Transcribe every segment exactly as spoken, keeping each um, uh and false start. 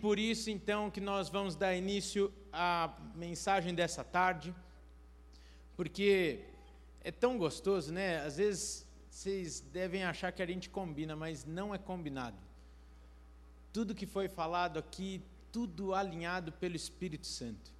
por isso, então, que nós vamos dar início à mensagem dessa tarde, porque é tão gostoso, né? Às vezes vocês devem achar que a gente combina, mas não é combinado. Tudo que foi falado aqui, tudo alinhado pelo Espírito Santo.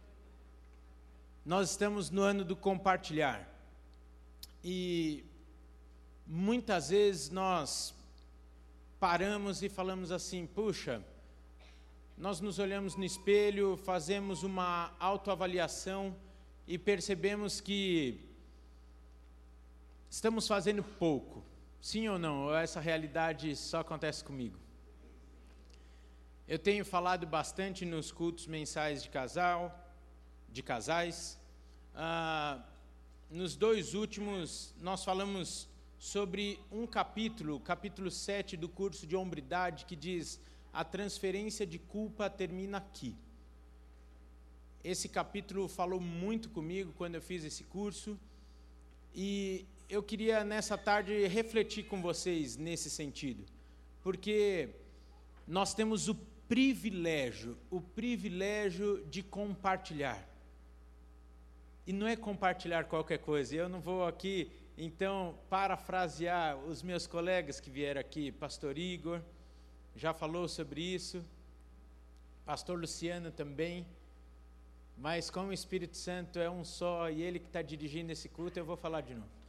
Nós estamos no ano do compartilhar. E muitas vezes nós paramos e falamos assim, puxa, nós nos olhamos no espelho, fazemos uma autoavaliação e percebemos que estamos fazendo pouco. Sim ou não? Ou essa realidade só acontece comigo? Eu tenho falado bastante nos cultos mensais de casal, de casais. Ah, nos dois últimos, nós falamos sobre um capítulo, capítulo sete do curso de hombridade, que diz: a transferência de culpa termina aqui. Esse capítulo falou muito comigo quando eu fiz esse curso, e eu queria nessa tarde refletir com vocês nesse sentido, porque nós temos o privilégio, o privilégio de compartilhar. E não é compartilhar qualquer coisa. Eu não vou aqui, então, parafrasear os meus colegas que vieram aqui. Pastor Igor já falou sobre isso, pastor Luciano também, mas como o Espírito Santo é um só e ele que está dirigindo esse culto, eu vou falar de novo.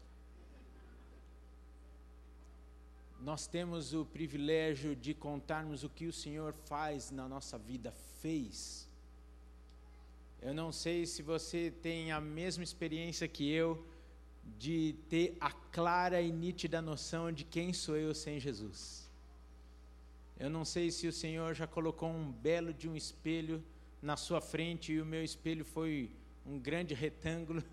Nós temos o privilégio de contarmos o que o Senhor faz na nossa vida, fez. Eu não sei se você tem a mesma experiência que eu, de ter a clara e nítida noção de quem sou eu sem Jesus. Eu não sei se o Senhor já colocou um belo de um espelho na sua frente e o meu espelho foi um grande retângulo.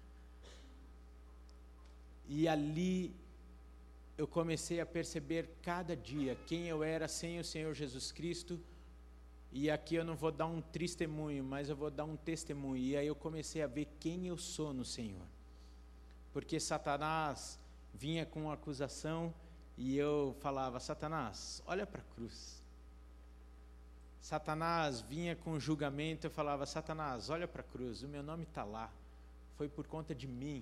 E ali eu comecei a perceber cada dia quem eu era sem o Senhor Jesus Cristo. E aqui eu não vou dar um testemunho, mas eu vou dar um testemunho. E aí eu comecei a ver quem eu sou no Senhor. Porque Satanás vinha com uma acusação e eu falava: Satanás, olha para a cruz. Satanás vinha com julgamento, eu falava: Satanás, olha para a cruz, o meu nome está lá, foi por conta de mim.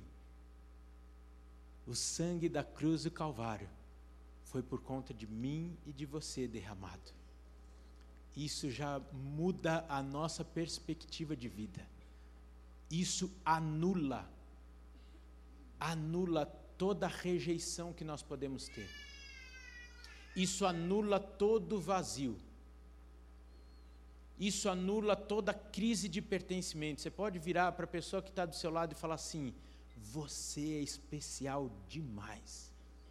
O sangue da cruz do Calvário foi por conta de mim e de você derramado. Isso já muda a nossa perspectiva de vida. Isso anula, anula toda a rejeição que nós podemos ter. Isso anula todo vazio. Isso anula toda crise de pertencimento. Você pode virar para a pessoa que está do seu lado e falar assim: você é especial demais.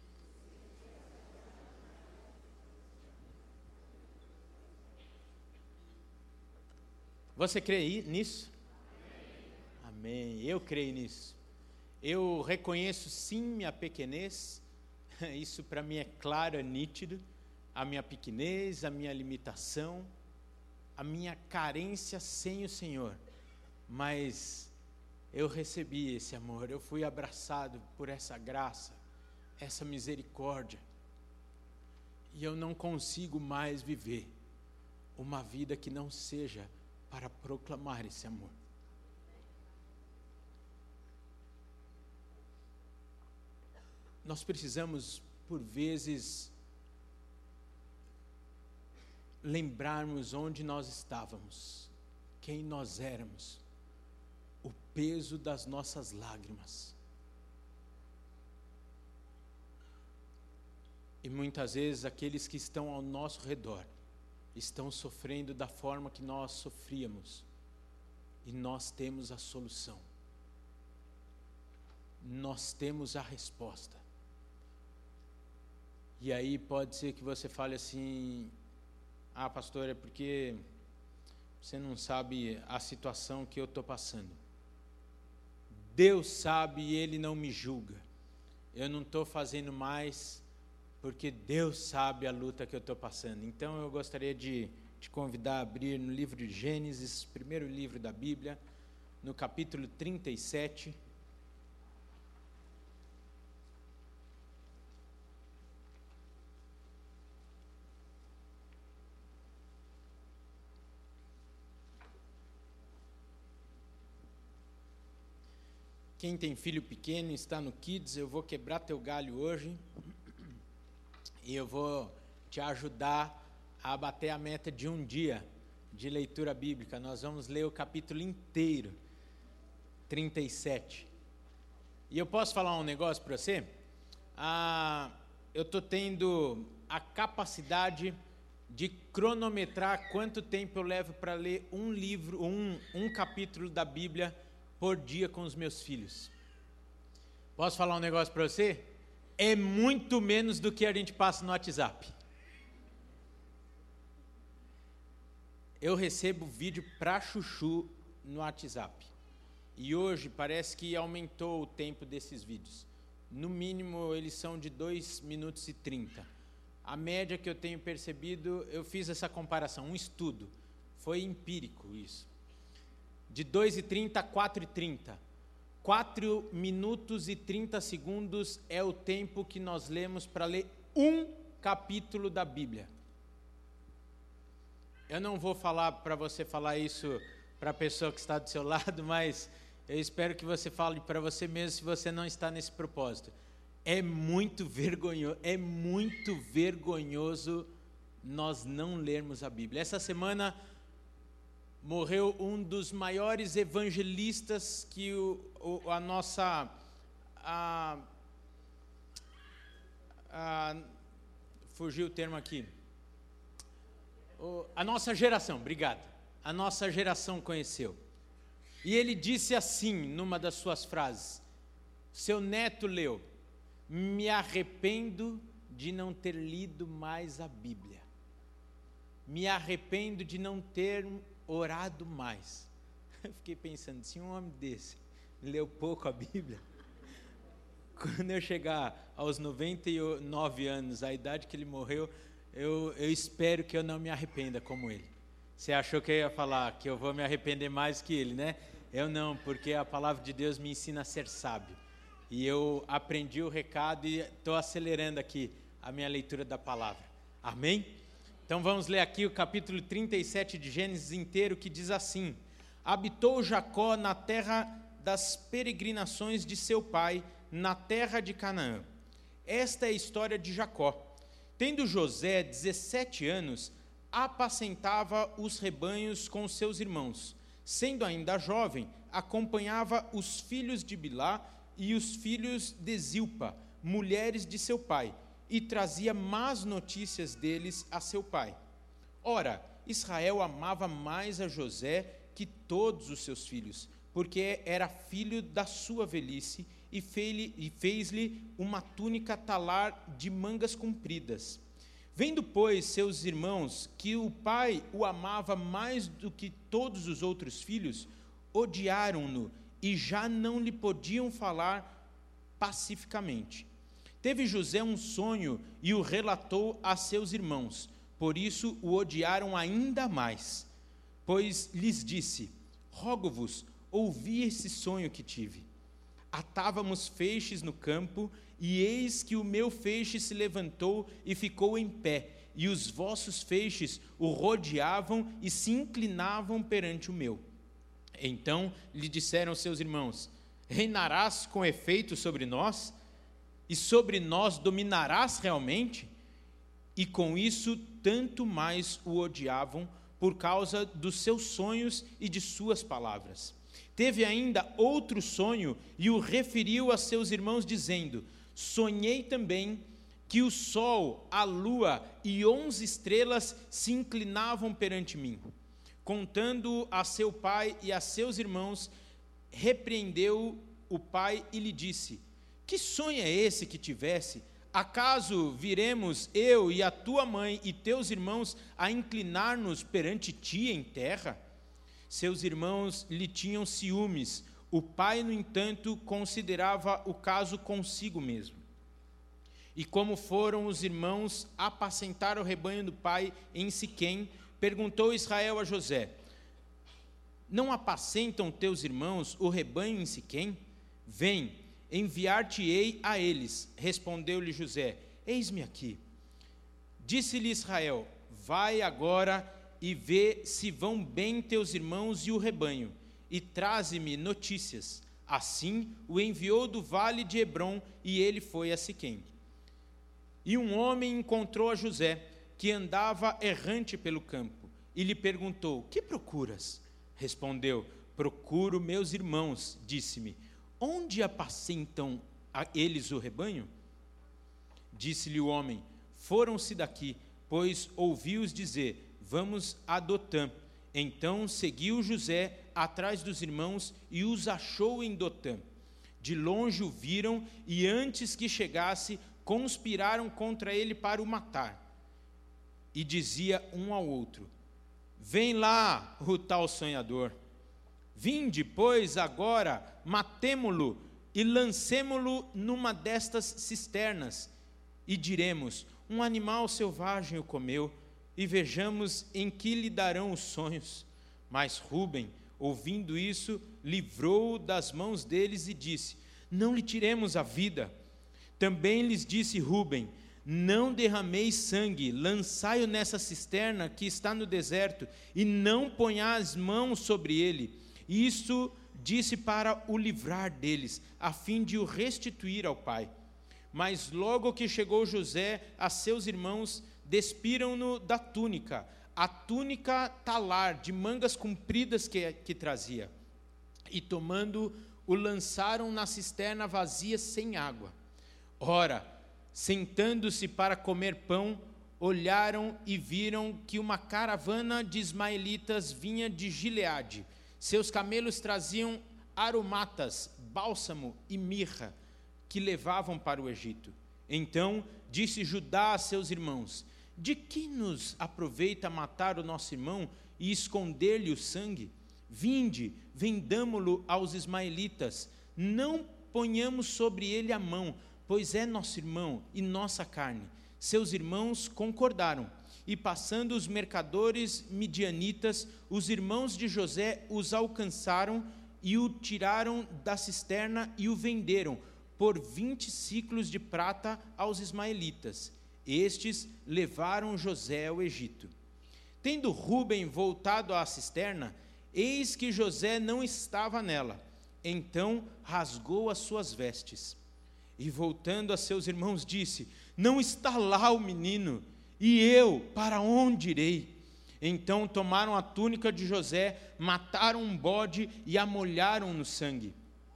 Você crê nisso? Amém. Amém. Eu creio nisso. Eu reconheço sim minha pequenez. Isso para mim é claro, é nítido. A minha pequenez, a minha limitação, a minha carência sem o Senhor. Mas eu recebi esse amor, eu fui abraçado por essa graça, essa misericórdia. E eu não consigo mais viver uma vida que não seja para proclamar esse amor. Nós precisamos, por vezes, lembrarmos onde nós estávamos, quem nós éramos, o peso das nossas lágrimas. E muitas vezes aqueles que estão ao nosso redor estão sofrendo da forma que nós sofríamos. E nós temos a solução. Nós temos a resposta. E aí pode ser que você fale assim: ah, pastor, é porque você não sabe a situação que eu estou passando. Deus sabe e Ele não me julga. Eu não estou fazendo mais porque Deus sabe a luta que eu estou passando. Então eu gostaria de te convidar a abrir no livro de Gênesis, primeiro livro da Bíblia, no capítulo trinta e sete. quem tem filho pequeno está no Kids, eu vou quebrar teu galho hoje e eu vou te ajudar a bater a meta de um dia de leitura bíblica. Nós vamos ler o capítulo inteiro, trinta e sete. E eu posso falar um negócio para você? Ah, eu estou tendo a capacidade de cronometrar quanto tempo eu levo para ler um livro, um, um capítulo da Bíblia por dia com os meus filhos. Posso falar um negócio para você? É muito menos do que a gente passa no WhatsApp. Eu recebo vídeo pra chuchu no WhatsApp. E hoje parece que aumentou o tempo desses vídeos. No mínimo, eles são de dois minutos e trinta. A média que eu tenho percebido, eu fiz essa comparação, um estudo. Foi empírico isso. De dois e trinta a quatro e trinta. quatro minutos e trinta segundos é o tempo que nós lemos para ler um capítulo da Bíblia. Eu não vou falar para você falar isso para a pessoa que está do seu lado, mas eu espero que você fale para você mesmo se você não está nesse propósito. É muito vergonhoso, é muito vergonhoso nós não lermos a Bíblia. Essa semana morreu um dos maiores evangelistas que o, o, a nossa... A, a, fugiu o termo aqui. O, a nossa geração, obrigado. A nossa geração conheceu. E ele disse assim, numa das suas frases, seu neto leu: me arrependo de não ter lido mais a Bíblia. Me arrependo de não ter orado mais. Eu fiquei pensando, se um homem desse leu pouco a Bíblia, quando eu chegar aos noventa e nove anos, a idade que ele morreu, eu, eu espero que eu não me arrependa como ele. Você achou que eu ia falar que eu vou me arrepender mais que ele, né? Eu não, porque a palavra de Deus me ensina a ser sábio. E eu aprendi o recado e estou acelerando aqui a minha leitura da palavra. Amém? Então vamos ler aqui o capítulo trinta e sete de Gênesis inteiro, que diz assim: habitou Jacó na terra das peregrinações de seu pai, na terra de Canaã. Esta é a história de Jacó. Tendo José dezessete anos, apacentava os rebanhos com seus irmãos. Sendo ainda jovem, acompanhava os filhos de Bilá e os filhos de Zilpa, mulheres de seu pai, e trazia más notícias deles a seu pai. Ora, Israel amava mais a José que todos os seus filhos, porque era filho da sua velhice, e fez-lhe uma túnica talar de mangas compridas. Vendo, pois, seus irmãos que o pai o amava mais do que todos os outros filhos, odiaram-no, e já não lhe podiam falar pacificamente. Teve José um sonho e o relatou a seus irmãos, por isso o odiaram ainda mais. Pois lhes disse: rogo-vos, ouvi esse sonho que tive. Atávamos feixes no campo, e eis que o meu feixe se levantou e ficou em pé, e os vossos feixes o rodeavam e se inclinavam perante o meu. Então lhe disseram seus irmãos: reinarás com efeito sobre nós? E sobre nós dominarás realmente? E com isso tanto mais o odiavam, por causa dos seus sonhos e de suas palavras. Teve ainda outro sonho e o referiu a seus irmãos, dizendo: sonhei também que o sol, a lua e onze estrelas se inclinavam perante mim. Contando a seu pai e a seus irmãos, repreendeu o pai e lhe disse: que sonho é esse que tivesse? Acaso viremos eu e a tua mãe e teus irmãos a inclinar-nos perante ti em terra? Seus irmãos lhe tinham ciúmes. O pai, no entanto, considerava o caso consigo mesmo. E como foram os irmãos apacentar o rebanho do pai em Siquém, perguntou Israel a José: não apacentam teus irmãos o rebanho em Siquém? Vem, enviar-te-ei a eles. Respondeu-lhe José: eis-me aqui. Disse-lhe Israel: vai agora e vê se vão bem teus irmãos e o rebanho, e traze-me notícias. Assim o enviou do vale de Hebrom, e ele foi a Siquém. E um homem encontrou a José, que andava errante pelo campo, e lhe perguntou: que procuras? Respondeu: procuro meus irmãos. Disse-me: onde apacentam eles o rebanho? Disse-lhe o homem: foram-se daqui, pois ouvi-os dizer: vamos a Dotã. Então seguiu José atrás dos irmãos e os achou em Dotã. De longe o viram e, antes que chegasse, conspiraram contra ele para o matar. E dizia um ao outro: vem lá o tal sonhador. Vinde, pois, agora, matemo-lo e lancemo-lo numa destas cisternas. E diremos: um animal selvagem o comeu, e vejamos em que lhe darão os sonhos. Mas Rúben, ouvindo isso, livrou-o das mãos deles e disse: não lhe tiremos a vida. Também lhes disse Rúben: não derrameis sangue, lançai-o nessa cisterna que está no deserto, e não ponhais mãos sobre ele. Isso disse para o livrar deles, a fim de o restituir ao pai. Mas logo que chegou José a seus irmãos, despiram-no da túnica, a túnica talar, de mangas compridas que, que trazia. E tomando, o lançaram na cisterna vazia sem água. Ora, sentando-se para comer pão, olharam e viram que uma caravana de ismaelitas vinha de Gileade. Seus camelos traziam aromatas, bálsamo e mirra, que levavam para o Egito. Então disse Judá a seus irmãos: de que nos aproveita matar o nosso irmão e esconder-lhe o sangue? Vinde, vendamo-lo aos ismaelitas, não ponhamos sobre ele a mão, pois é nosso irmão e nossa carne. Seus irmãos concordaram, e passando os mercadores midianitas, os irmãos de José os alcançaram e o tiraram da cisterna e o venderam por vinte siclos de prata aos ismaelitas. Estes levaram José ao Egito. Tendo Rúben voltado à cisterna, eis que José não estava nela. Então rasgou as suas vestes. E voltando a seus irmãos disse: não está lá o menino, e eu para onde irei? Então tomaram a túnica de José, mataram um bode e a molharam no sangue.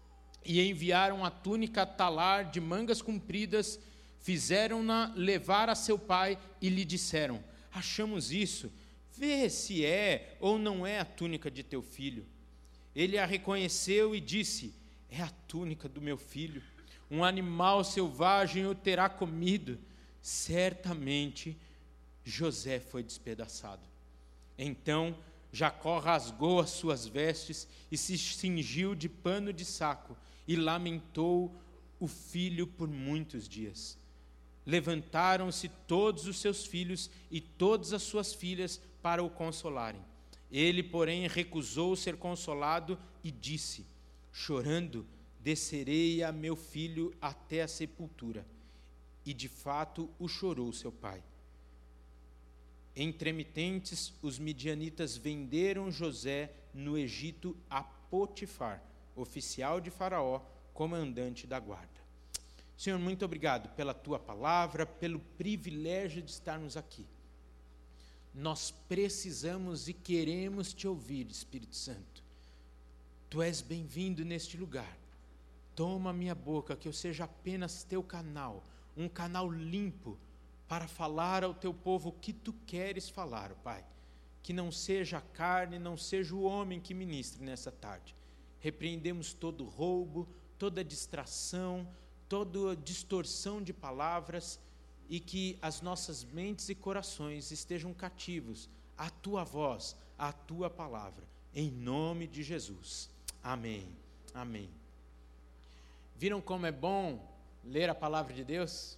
E enviaram a túnica talar de mangas compridas, fizeram-na levar a seu pai e lhe disseram: achamos isso, vê se é ou não é a túnica de teu filho. Ele a reconheceu e disse: é a túnica do meu filho. Um animal selvagem o terá comido. Certamente José foi despedaçado. Então Jacó rasgou as suas vestes e se cingiu de pano de saco e lamentou o filho por muitos dias. Levantaram-se todos os seus filhos e todas as suas filhas para o consolarem. Ele, porém, recusou ser consolado e disse: chorando, descerei a meu filho até a sepultura. E de fato o chorou seu pai. Entremitentes, os midianitas venderam José no Egito a Potifar, oficial de Faraó, comandante da guarda. Senhor, muito obrigado pela tua palavra, pelo privilégio de estarmos aqui. Nós precisamos e queremos te ouvir, Espírito Santo. Tu és bem-vindo neste lugar. Toma minha boca, que eu seja apenas teu canal, um canal limpo, para falar ao teu povo o que tu queres falar, Pai. Que não seja a carne, não seja o homem que ministre nessa tarde. Repreendemos todo roubo, toda distração, toda distorção de palavras, e que as nossas mentes e corações estejam cativos à tua voz, à tua palavra, em nome de Jesus. Amém. Amém. Viram como é bom ler a palavra de Deus?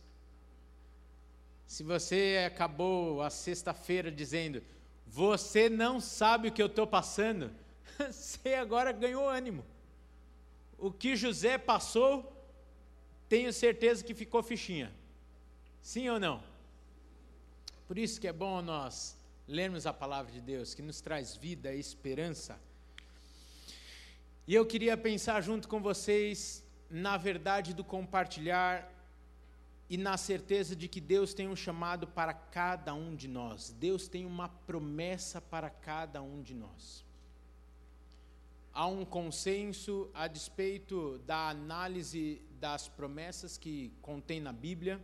Se você acabou a sexta-feira dizendo: você não sabe o que eu estou passando, você agora ganhou ânimo. O que José passou, tenho certeza que ficou fichinha. Sim ou não? Por isso que é bom nós lermos a palavra de Deus, que nos traz vida e esperança. E eu queria pensar junto com vocês na verdade do compartilhar e na certeza de que Deus tem um chamado para cada um de nós. Deus tem uma promessa para cada um de nós. Há um consenso a despeito da análise das promessas que contém na Bíblia,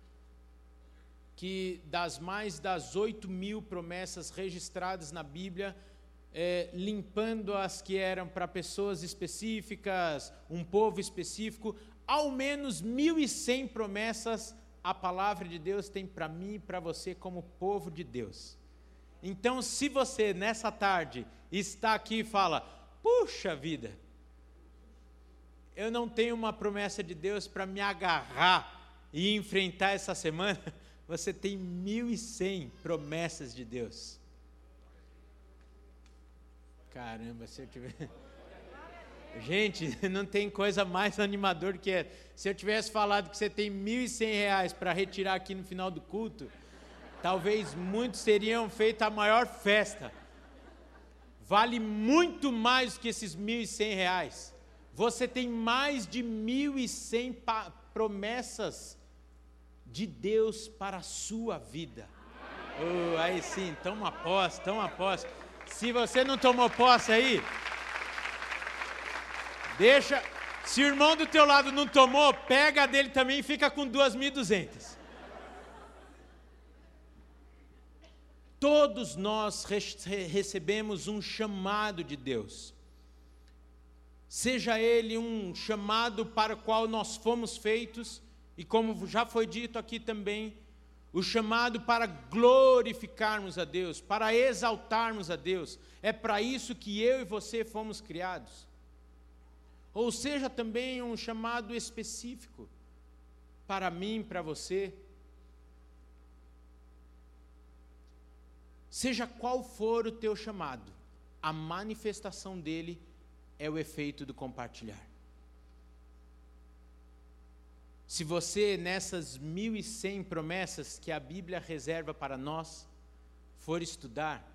que das mais das oito mil promessas registradas na Bíblia, é, limpando as que eram para pessoas específicas, um povo específico, ao menos mil e cem promessas a palavra de Deus tem para mim e para você como povo de Deus. Então, se você nessa tarde está aqui e fala, puxa vida, eu não tenho uma promessa de Deus para me agarrar e enfrentar essa semana, você tem mil e cem promessas de Deus. Caramba, se eu tiver... Gente, não tem coisa mais animadora que é. Se eu tivesse falado que você tem mil e cem reais para retirar aqui no final do culto, talvez muitos teriam feito a maior festa. Vale muito mais do que esses mil e cem reais. Você tem mais de mil e cem pa- promessas de Deus para a sua vida. Oh, aí sim, toma posse, toma posse. Se você não tomou posse aí, deixa, se o irmão do teu lado não tomou, pega a dele também e fica com duas mil e duzentas. Todos nós re- recebemos um chamado de Deus. Seja ele um chamado para o qual nós fomos feitos, e como já foi dito aqui também, o chamado para glorificarmos a Deus, para exaltarmos a Deus. É para isso que eu e você fomos criados. Ou seja, também um chamado específico para mim, para você. Seja qual for o teu chamado, a manifestação dele é o efeito do compartilhar. Se você, nessas mil e cem promessas que a Bíblia reserva para nós, for estudar,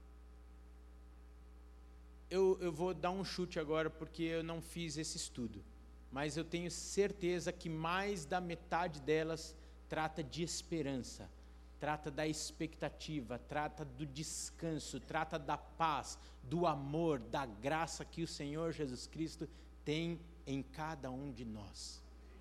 eu, eu vou dar um chute agora porque eu não fiz esse estudo, mas eu tenho certeza que mais da metade delas trata de esperança, trata da expectativa, trata do descanso, trata da paz, do amor, da graça que o Senhor Jesus Cristo tem em cada um de nós.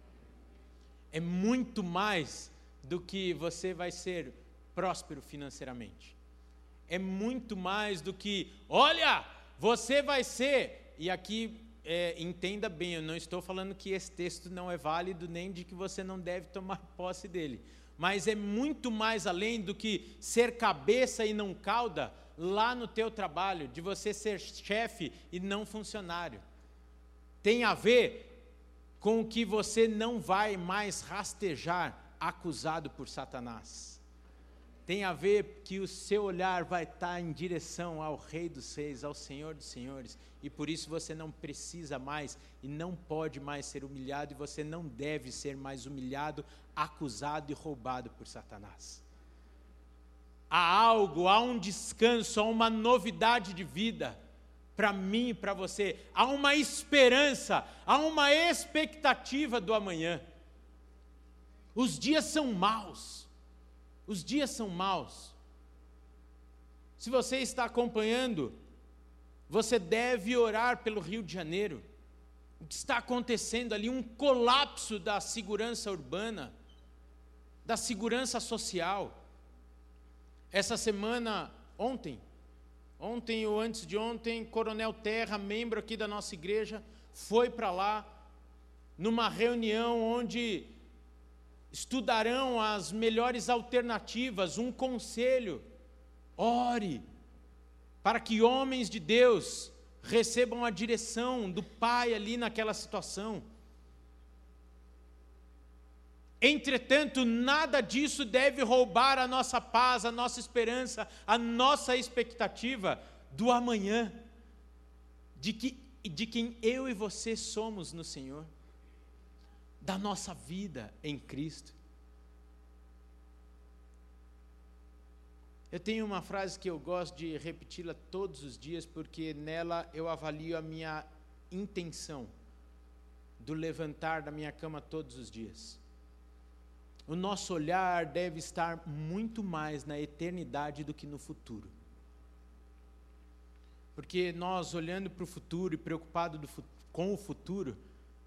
É muito mais do que você vai ser próspero financeiramente. É muito mais do que, olha, você vai ser, e aqui é, entenda bem, eu não estou falando que esse texto não é válido, nem de que você não deve tomar posse dele, mas é muito mais além do que ser cabeça e não cauda lá no teu trabalho, de você ser chefe e não funcionário. Tem a ver com o que você não vai mais rastejar acusado por Satanás. Tem a ver que o seu olhar vai estar em direção ao Rei dos Reis, ao Senhor dos Senhores, e por isso você não precisa mais e não pode mais ser humilhado, e você não deve ser mais humilhado, acusado e roubado por Satanás. Há algo, há um descanso, há uma novidade de vida para mim e para você, há uma esperança, há uma expectativa do amanhã. Os dias são maus, os dias são maus. Se você está acompanhando, você deve orar pelo Rio de Janeiro. O que está acontecendo ali? Um colapso da segurança urbana, da segurança social. Essa semana, ontem, Ontem ou antes de ontem, Coronel Terra, membro aqui da nossa igreja, foi para lá, numa reunião onde estudarão as melhores alternativas, um conselho. Ore, para que homens de Deus recebam a direção do Pai ali naquela situação. Entretanto, nada disso deve roubar a nossa paz, a nossa esperança, a nossa expectativa do amanhã, de, que, de quem eu e você somos no Senhor, da nossa vida em Cristo. Eu tenho uma frase que eu gosto de repeti-la todos os dias, porque nela eu avalio a minha intenção do levantar da minha cama todos os dias. O nosso olhar deve estar muito mais na eternidade do que no futuro. Porque nós, olhando para o futuro e preocupados com o futuro,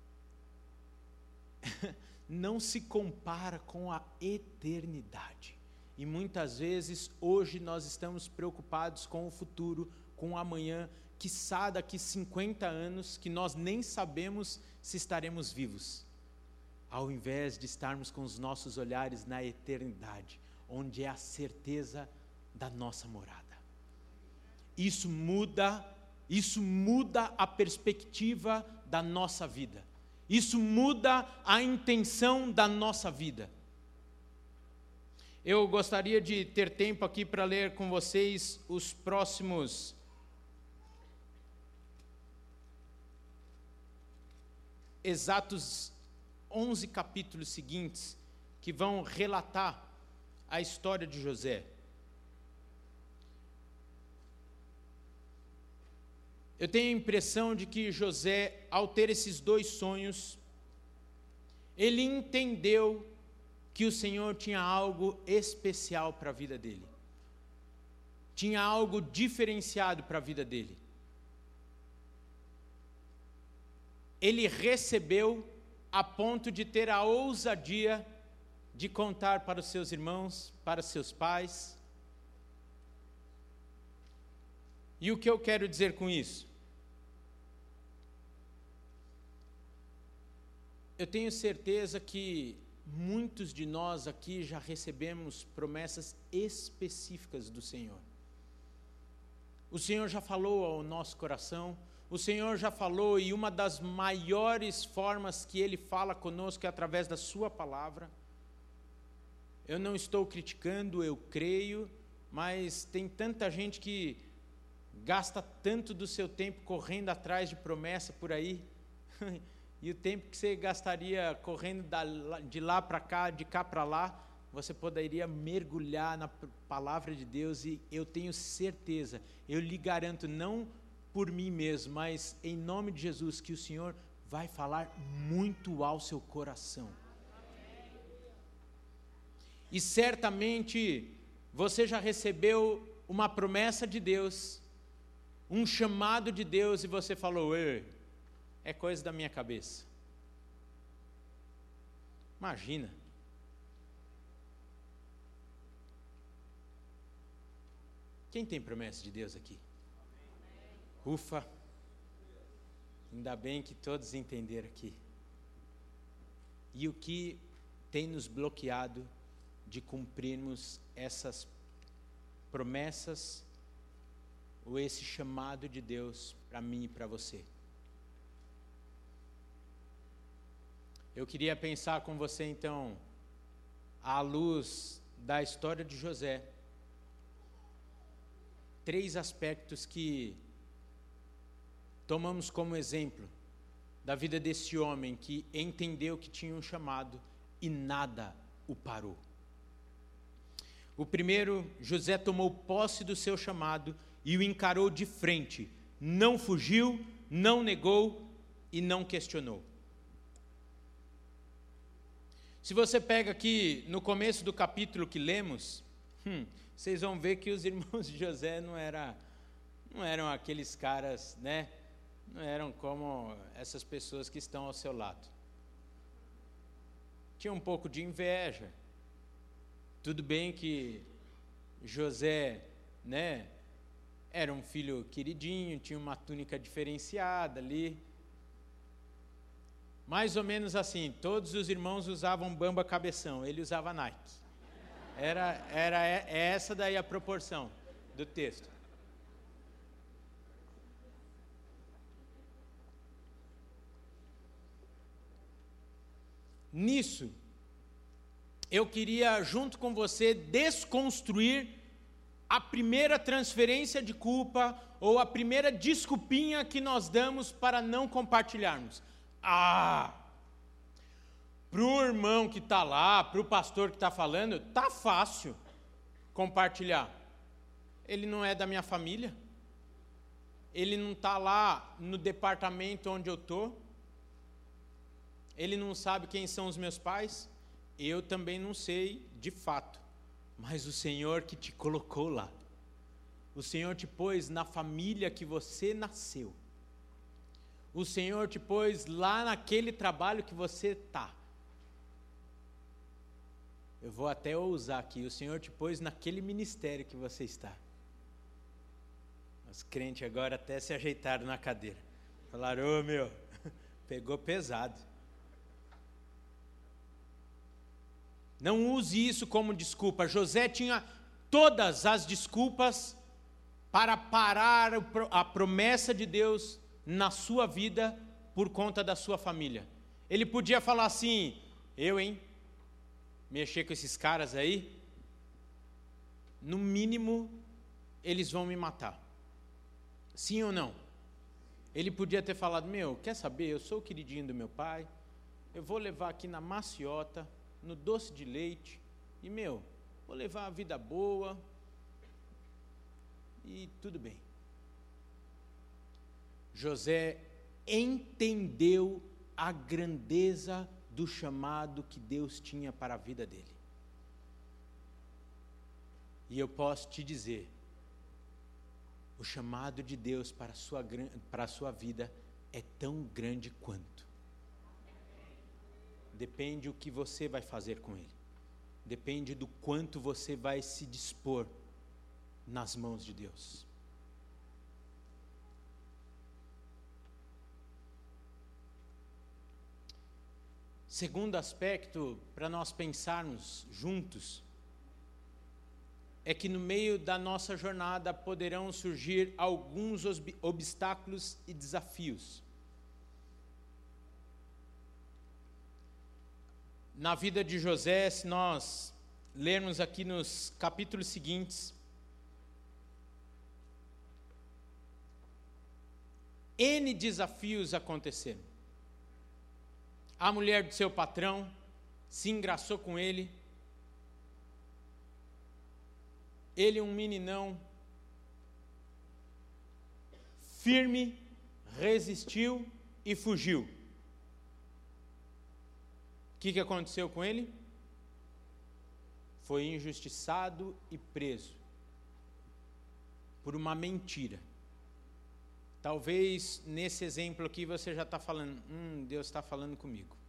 não se compara com a eternidade. E muitas vezes, hoje, nós estamos preocupados com o futuro, com o amanhã, quiçá daqui cinquenta anos, que nós nem sabemos se estaremos vivos, ao invés de estarmos com os nossos olhares na eternidade, onde é a certeza da nossa morada. Isso muda, isso muda a perspectiva da nossa vida. Isso muda a intenção da nossa vida. Eu gostaria de ter tempo aqui para ler com vocês os próximos exatos onze capítulos seguintes, que vão relatar a história de José. Eu tenho a impressão de que José, ao ter esses dois sonhos, ele entendeu que o Senhor tinha algo especial para a vida dele. Tinha algo diferenciado para a vida dele. Ele recebeu a ponto de ter a ousadia de contar para os seus irmãos, para seus pais. E o que eu quero dizer com isso? Eu tenho certeza que muitos de nós aqui já recebemos promessas específicas do Senhor. O Senhor já falou ao nosso coração, o Senhor já falou, e uma das maiores formas que Ele fala conosco é através da sua palavra. Eu não estou criticando, eu creio, mas tem tanta gente que gasta tanto do seu tempo correndo atrás de promessa por aí, e o tempo que você gastaria correndo de lá para cá, de cá para lá, você poderia mergulhar na palavra de Deus, e eu tenho certeza, eu lhe garanto, não por mim mesmo, mas em nome de Jesus, que o Senhor vai falar muito ao seu coração. E certamente você já recebeu uma promessa de Deus, um chamado de Deus, e você falou: ei, é coisa da minha cabeça. Imagina. Quem tem promessa de Deus aqui? Ufa, ainda bem que todos entenderam aqui. E o que tem nos bloqueado de cumprirmos essas promessas, ou esse chamado de Deus para mim e para você? Eu queria pensar com você então, à luz da história de José, três aspectos que tomamos como exemplo da vida desse homem que entendeu que tinha um chamado e nada o parou. O primeiro, José tomou posse do seu chamado e o encarou de frente, não fugiu, não negou e não questionou. Se você pega aqui no começo do capítulo que lemos, hum, vocês vão ver que os irmãos de José não, era, não eram aqueles caras, né? Não eram como essas pessoas que estão ao seu lado. Tinha um pouco de inveja. Tudo bem que José, né, era um filho queridinho, tinha uma túnica diferenciada ali. Mais ou menos assim, todos os irmãos usavam Bamba Cabeção, ele usava Nike. Era, era essa daí a proporção do texto. Nisso, eu queria, junto com você, desconstruir a primeira transferência de culpa ou a primeira desculpinha que nós damos para não compartilharmos. Ah, para o irmão que está lá, para o pastor que está falando, está fácil compartilhar. Ele não é da minha família. ele não está lá no departamento onde eu estou, ele não sabe quem são os meus pais, eu também não sei de fato, mas o Senhor que te colocou lá, o Senhor te pôs na família que você nasceu, o Senhor te pôs lá naquele trabalho que você está. Eu vou até ousar aqui, o Senhor te pôs naquele ministério que você está. Os crentes agora até se ajeitaram na cadeira. Falaram, ô oh, meu, pegou pesado. Não use isso como desculpa. José tinha todas as desculpas para parar a promessa de Deus na sua vida por conta da sua família. Ele podia falar assim, eu, hein, mexer com esses caras aí, no mínimo, eles vão me matar. Sim ou não? Ele podia ter falado, meu, quer saber, eu sou o queridinho do meu pai, eu vou levar aqui na maciota, no doce de leite, e, meu, vou levar a vida boa, e tudo bem. José entendeu a grandeza do chamado que Deus tinha para a vida dele. E eu posso te dizer, o chamado de Deus para a sua, para a sua vida é tão grande quanto. Depende o que você vai fazer com ele. Depende do quanto você vai se dispor nas mãos de Deus. Segundo aspecto, para nós pensarmos juntos, é que no meio da nossa jornada poderão surgir alguns obstáculos e desafios. Na vida de José, se nós lermos aqui nos capítulos seguintes, N desafios aconteceram. A mulher do seu patrão se engraçou com ele. Ele, um meninão, firme, resistiu e fugiu. O que, que aconteceu com ele? Foi injustiçado e preso por uma mentira. Talvez nesse exemplo aqui você já está falando, hum, Deus está falando comigo.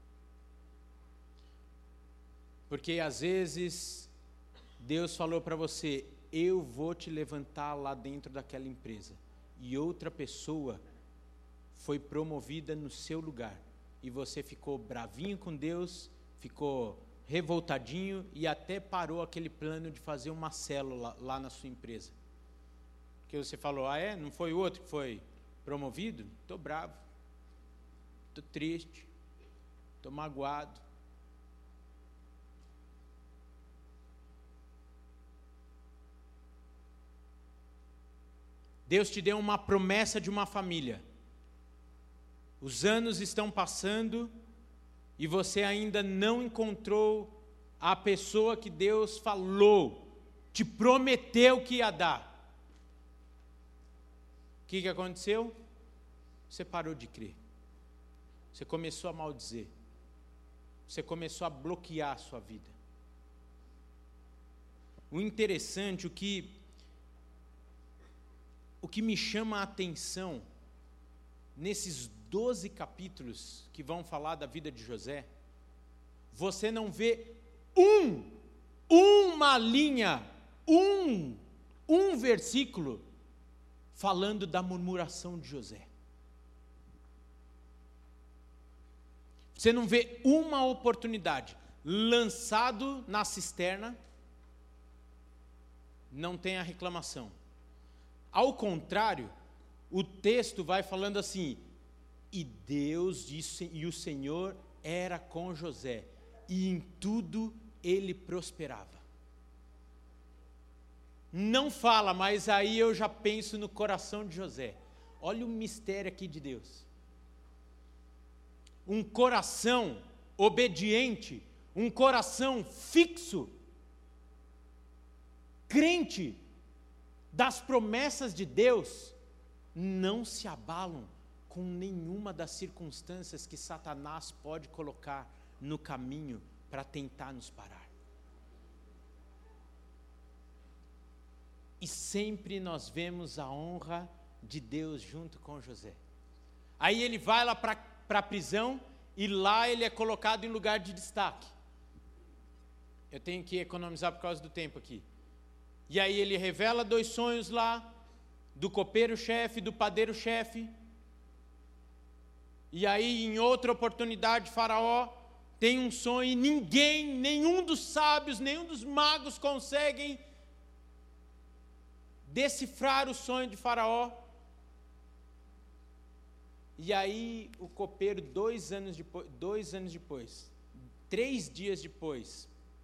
Porque às vezes Deus falou para você, eu vou te levantar lá dentro daquela empresa. E outra pessoa foi promovida no seu lugar. E você ficou bravinho com Deus, ficou revoltadinho e até parou aquele plano de fazer uma célula lá na sua empresa. Porque você falou, ah é? Não foi o outro que foi promovido? Estou bravo, estou triste, estou magoado. Deus te deu uma promessa de uma família. Os anos estão passando e você ainda não encontrou a pessoa que Deus falou, te prometeu que ia dar. O que, que aconteceu? Você parou de crer. Você começou a maldizer. Você começou a bloquear a sua vida. O interessante, o que, o que me chama a atenção nesses doze capítulos que vão falar da vida de José, você não vê um, uma linha, um, um versículo falando da murmuração de José. Você não vê uma oportunidade, lançado na cisterna, não tem a reclamação. Ao contrário, o texto vai falando assim, e Deus disse, e o Senhor era com José, e em tudo ele prosperava. Não fala, mas aí eu já penso no coração de José. Olha o mistério aqui de Deus. Um coração obediente, um coração fixo, crente das promessas de Deus, não se abalam com nenhuma das circunstâncias que Satanás pode colocar no caminho para tentar nos parar. E sempre nós vemos a honra de Deus junto com José. Aí ele vai lá para a prisão e lá ele é colocado em lugar de destaque. Eu tenho que economizar por causa do tempo aqui. E aí ele revela dois sonhos lá, do copeiro-chefe, do padeiro-chefe. E aí em outra oportunidade Faraó tem um sonho e ninguém, nenhum dos sábios, nenhum dos magos conseguem decifrar o sonho de Faraó. E aí o copeiro, dois anos depois, dois anos depois, três dias depois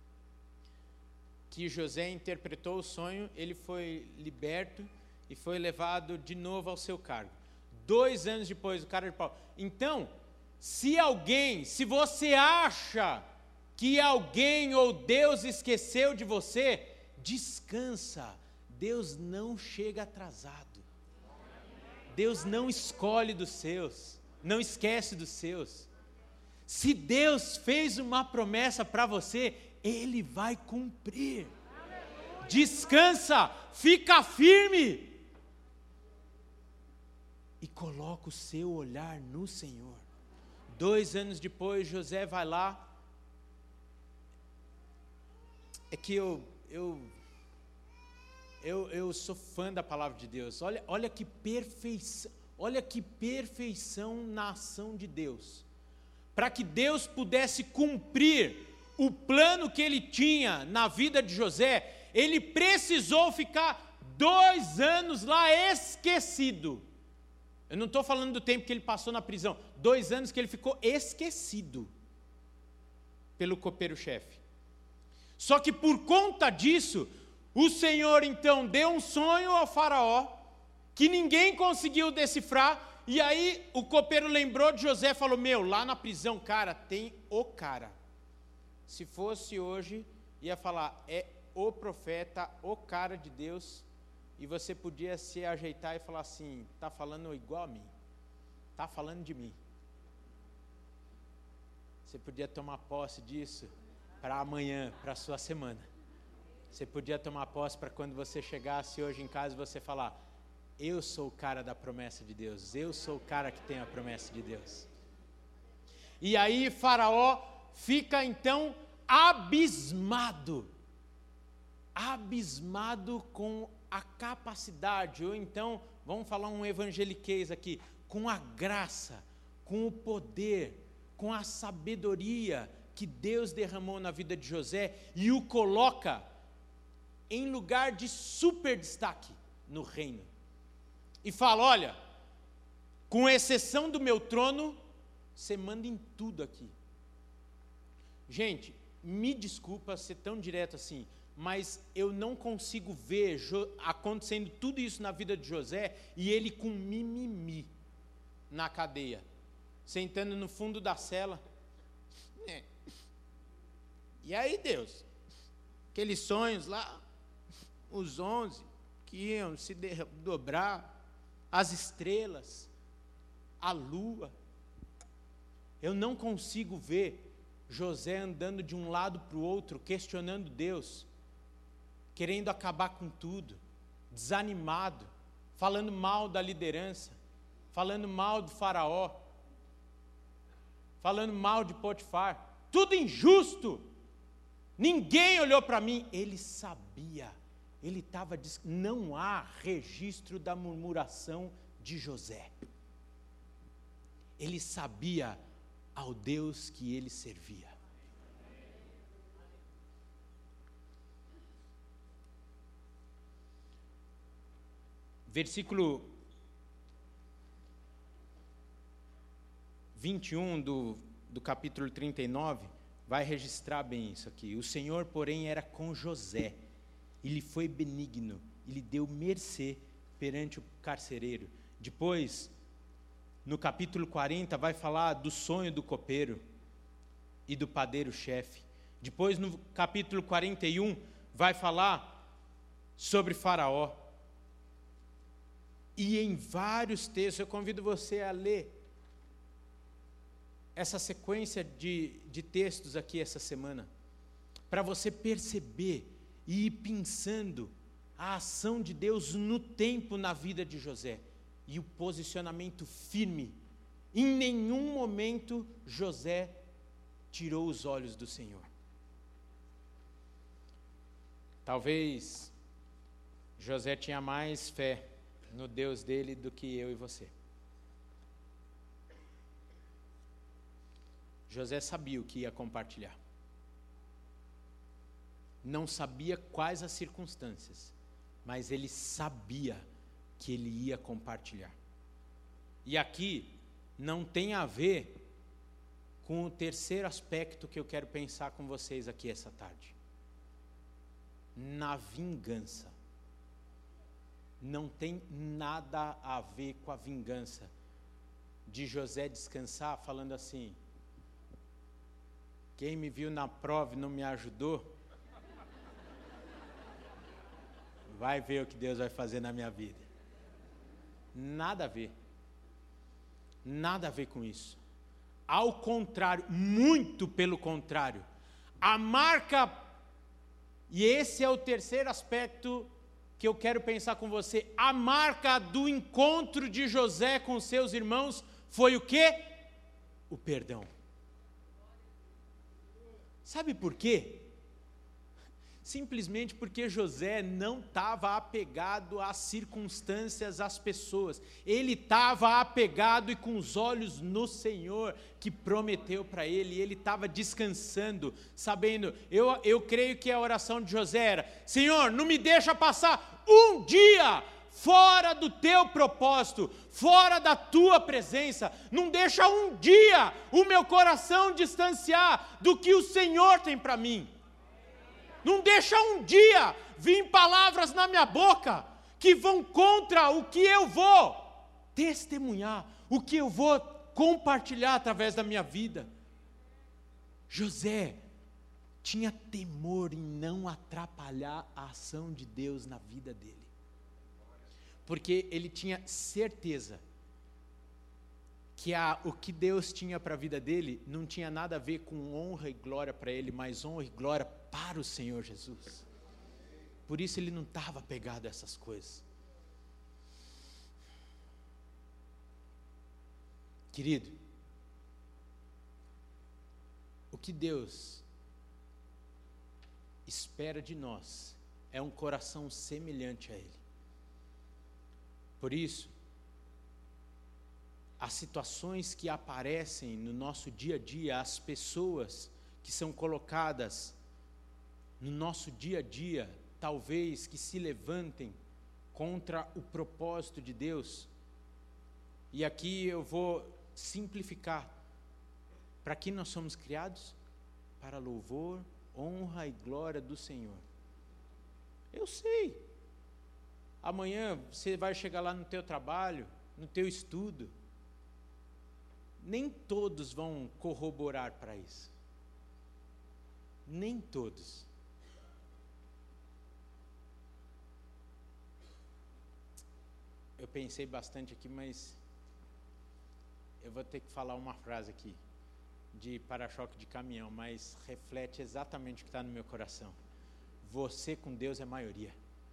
que José interpretou o sonho, ele foi liberto e foi levado de novo ao seu cargo. Dois anos depois, o cara de pau. Então, se alguém, se você acha que alguém ou Deus esqueceu de você, descansa. Deus não chega atrasado. Deus não escolhe dos seus, não esquece dos seus. Se Deus fez uma promessa para você, Ele vai cumprir. Descansa, fica firme e coloca o seu olhar no Senhor. Dois anos depois, José vai lá. É que eu, eu, eu, eu sou fã da palavra de Deus. Olha, olha que perfeição, olha que perfeição na ação de Deus. Para que Deus pudesse cumprir o plano que Ele tinha na vida de José, Ele precisou ficar dois anos lá esquecido. Eu não estou falando do tempo que ele passou na prisão, dois anos que ele ficou esquecido pelo copeiro-chefe. Só que por conta disso, o Senhor então deu um sonho ao faraó, que ninguém conseguiu decifrar, e aí o copeiro lembrou de José e falou, meu, lá na prisão, cara, tem o cara. Se fosse hoje, ia falar, é o profeta, o cara de Deus. E você podia se ajeitar e falar assim, está falando igual a mim, está falando de mim. Você podia tomar posse disso para amanhã, para a sua semana. Você podia tomar posse para quando você chegasse hoje em casa e você falar, eu sou o cara da promessa de Deus, eu sou o cara que tem a promessa de Deus. E aí Faraó fica então abismado, abismado com a capacidade, ou então, vamos falar um evangeliquez aqui, com a graça, com o poder, com a sabedoria que Deus derramou na vida de José e o coloca em lugar de super destaque no reino. E fala, olha, com exceção do meu trono, você manda em tudo aqui. Gente, me desculpa ser tão direto assim, mas eu não consigo ver acontecendo tudo isso na vida de José e ele com mimimi na cadeia, sentando no fundo da cela. É. E aí, Deus, aqueles sonhos lá, os onze que iam se dobrar, as estrelas, a lua, eu não consigo ver José andando de um lado para o outro, questionando Deus, querendo acabar com tudo, desanimado, falando mal da liderança, falando mal do faraó, falando mal de Potifar, tudo injusto, ninguém olhou para mim, ele sabia, ele estava, não há registro da murmuração de José, ele sabia ao Deus que ele servia. Versículo vinte e um do, do capítulo trinta e nove, vai registrar bem isso aqui. O Senhor, porém, era com José, e lhe foi benigno, e lhe deu mercê perante o carcereiro. Depois, no capítulo quarenta, vai falar do sonho do copeiro e do padeiro-chefe. Depois, no capítulo quarenta e um, vai falar sobre Faraó. E em vários textos, eu convido você a ler essa sequência de, de textos aqui essa semana, para você perceber e ir pensando a ação de Deus no tempo na vida de José, e o posicionamento firme. Em nenhum momento José tirou os olhos do Senhor. Talvez José tinha mais fé no Deus dele do que eu e você. José sabia o que ia compartilhar. Não sabia quais as circunstâncias, mas ele sabia que ele ia compartilhar. E aqui não tem a ver com o terceiro aspecto que eu quero pensar com vocês aqui essa tarde. Na vingança. Não tem nada a ver com a vingança de José descansar falando assim: quem me viu na prova e não me ajudou, vai ver o que Deus vai fazer na minha vida. Nada a ver. Nada a ver com isso. Ao contrário, muito pelo contrário. A marca, e esse é o terceiro aspecto que eu quero pensar com você, a marca do encontro de José com seus irmãos foi o quê? O perdão. Sabe por quê? Simplesmente porque José não estava apegado às circunstâncias, às pessoas. Ele estava apegado e com os olhos no Senhor, que prometeu para ele. E ele estava descansando, sabendo, eu, eu creio que a oração de José era: Senhor, não me deixa passar um dia fora do teu propósito, fora da tua presença. Não deixa um dia o meu coração distanciar do que o Senhor tem para mim. Não deixa um dia vir palavras na minha boca que vão contra o que eu vou testemunhar, o que eu vou compartilhar através da minha vida. José tinha temor em não atrapalhar a ação de Deus na vida dele, porque ele tinha certeza que a, o que Deus tinha para a vida dele não tinha nada a ver com honra e glória para ele, mas honra e glória para o Senhor Jesus. Por isso ele não estava apegado a essas coisas. Querido, o que Deus espera de nós é um coração semelhante a Ele. Por isso, as situações que aparecem no nosso dia a dia, as pessoas que são colocadas no nosso dia a dia, talvez que se levantem contra o propósito de Deus. E aqui eu vou simplificar. Para que nós somos criados? Para louvor, honra e glória do Senhor. Eu sei. Amanhã você vai chegar lá no teu trabalho, no teu estudo. Nem todos vão corroborar para isso. Nem todos. Eu pensei bastante aqui, mas eu vou ter que falar uma frase aqui, de para-choque de caminhão, mas reflete exatamente o que está no meu coração. Você com Deus é maioria.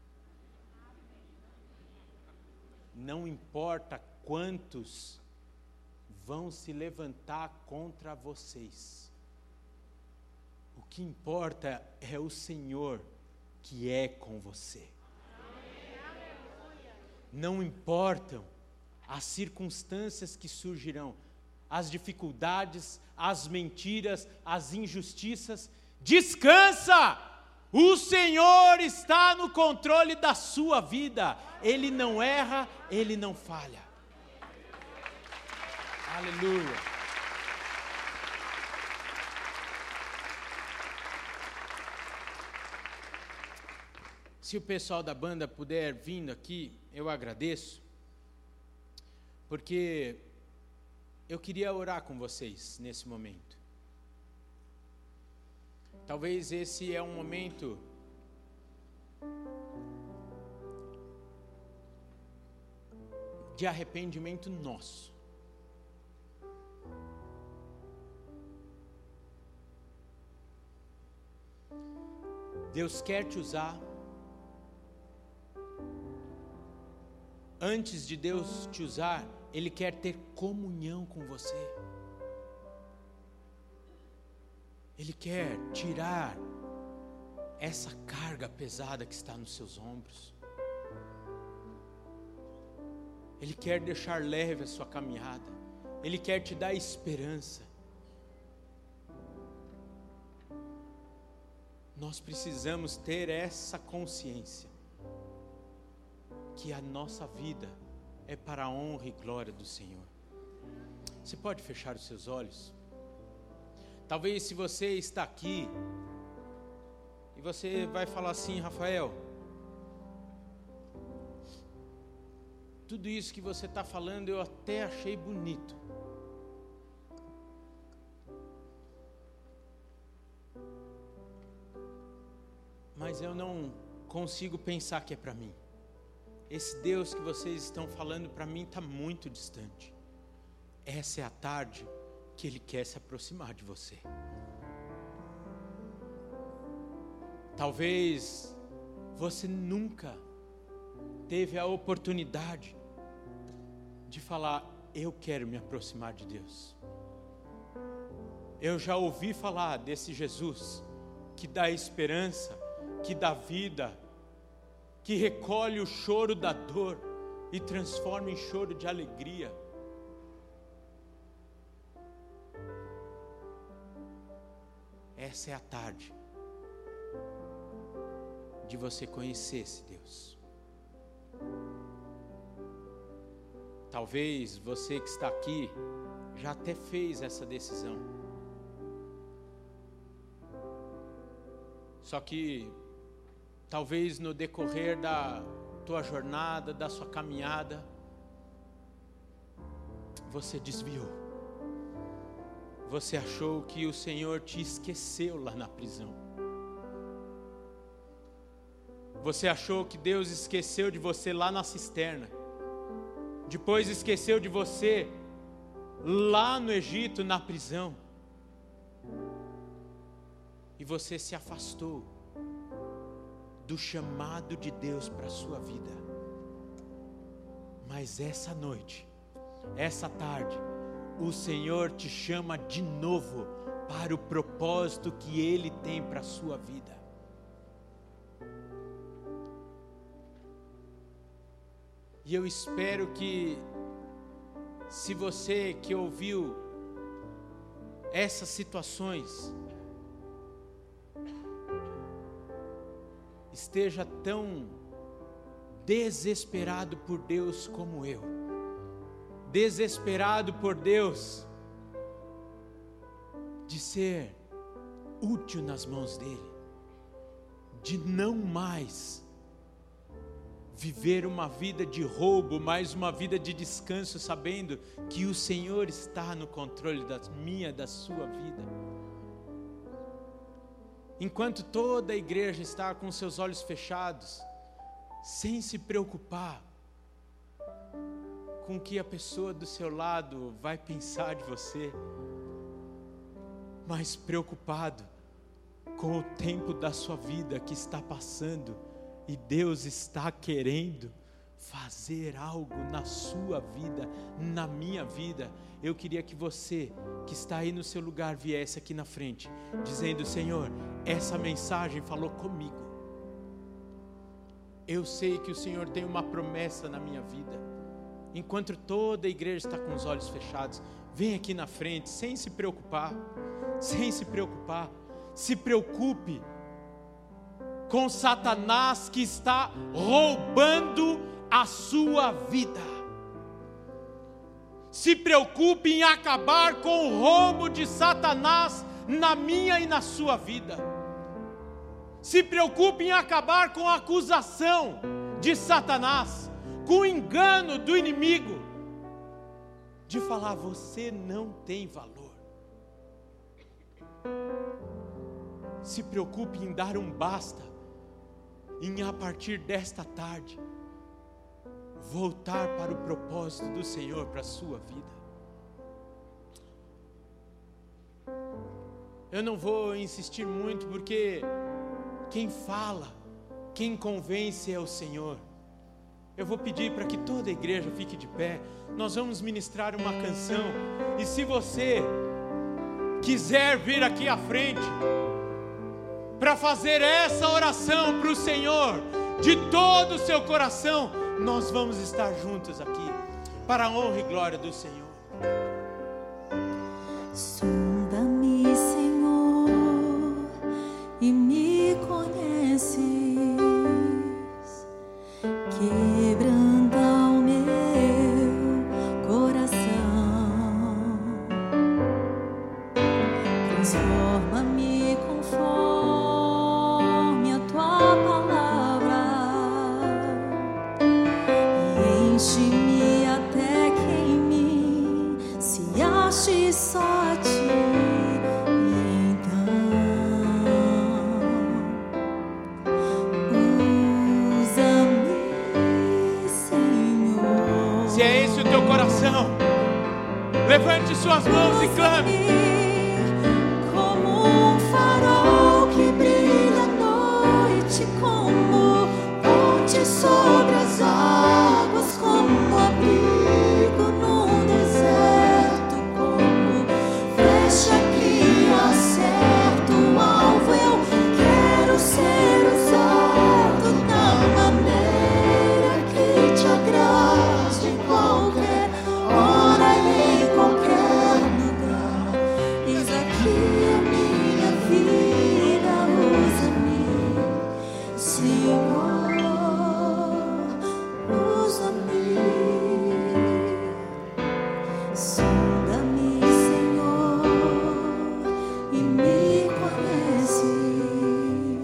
Não importa quantos vão se levantar contra vocês. O que importa é o Senhor que é com você. Não importam as circunstâncias que surgirão, as dificuldades, as mentiras, as injustiças. Descansa! O Senhor está no controle da sua vida. Ele não erra, Ele não falha. Aleluia. Se o pessoal da banda puder vindo aqui, eu agradeço, porque eu queria orar com vocês nesse momento. Talvez esse é um momento de arrependimento nosso. Deus quer te usar. Antes de Deus te usar, Ele quer ter comunhão com você. Ele quer tirar essa carga pesada que está nos seus ombros. Ele quer deixar leve a sua caminhada. Ele quer te dar esperança. Nós precisamos ter essa consciência que a nossa vida é para a honra e glória do Senhor. Você pode fechar os seus olhos? Talvez se você está aqui e você vai falar assim: Rafael, tudo isso que você está falando eu até achei bonito, mas eu não consigo pensar que é para mim. Esse Deus que vocês estão falando para mim está muito distante. Essa é a tarde que Ele quer se aproximar de você. Talvez você nunca teve a oportunidade de falar: eu quero me aproximar de Deus. Eu já ouvi falar desse Jesus que dá esperança, que dá vida, que recolhe o choro da dor e transforma em choro de alegria. Essa é a tarde de você conhecer esse Deus. Talvez você que está aqui já até fez essa decisão. Só que talvez no decorrer da tua jornada, da sua caminhada, você desviou. Você achou que o Senhor te esqueceu lá na prisão. Você achou que Deus esqueceu de você lá na cisterna. Depois esqueceu de você lá no Egito, na prisão. E você se afastou do chamado de Deus para a sua vida. Mas essa noite, essa tarde, o Senhor te chama de novo para o propósito que Ele tem para a sua vida. E eu espero que, se você que ouviu essas situações, esteja tão desesperado por Deus como eu, desesperado por Deus, de ser útil nas mãos dEle, de não mais viver uma vida de roubo, mas uma vida de descanso, sabendo que o Senhor está no controle da minha, da sua vida. Enquanto toda a igreja está com seus olhos fechados, sem se preocupar com o que a pessoa do seu lado vai pensar de você, mas preocupado com o tempo da sua vida que está passando, e Deus está querendo fazer algo na sua vida, na minha vida. Eu queria que você, que está aí no seu lugar, viesse aqui na frente, dizendo: Senhor, essa mensagem falou comigo. Eu sei que o Senhor tem uma promessa na minha vida. Enquanto toda a igreja está com os olhos fechados, vem aqui na frente, sem se preocupar, sem se preocupar. Se preocupe com Satanás que está roubando a sua vida. Se preocupe em acabar com o roubo de Satanás na minha e na sua vida. Se preocupe em acabar com a acusação de Satanás, com o engano do inimigo, de falar: você não tem valor. Se preocupe em dar um basta, em a partir desta tarde, voltar para o propósito do Senhor para a sua vida. Eu não vou insistir muito, porque quem fala, quem convence é o Senhor. Eu vou pedir para que toda a igreja fique de pé. Nós vamos ministrar uma canção, e se você quiser vir aqui à frente para fazer essa oração para o Senhor de todo o seu coração, nós vamos estar juntos aqui, para a honra e glória do Senhor. Sonda-me, Senhor, e me conheces, quebranta o meu coração, transforma-me conforme a tua palavra, e enche-me até que em mim se ache só a ti. Levante suas mãos e clame. Como um farol que brilha à noite, como ponte sobre as águas, como abrigo num deserto, como flecha que acerta o alvo. Eu quero ser usado da maneira que te agrade, em qualquer hora e em qualquer lugar. Eis aqui a minha vida, usa-me, Senhor, usa-me. Sonda-me, Senhor, e me conheces,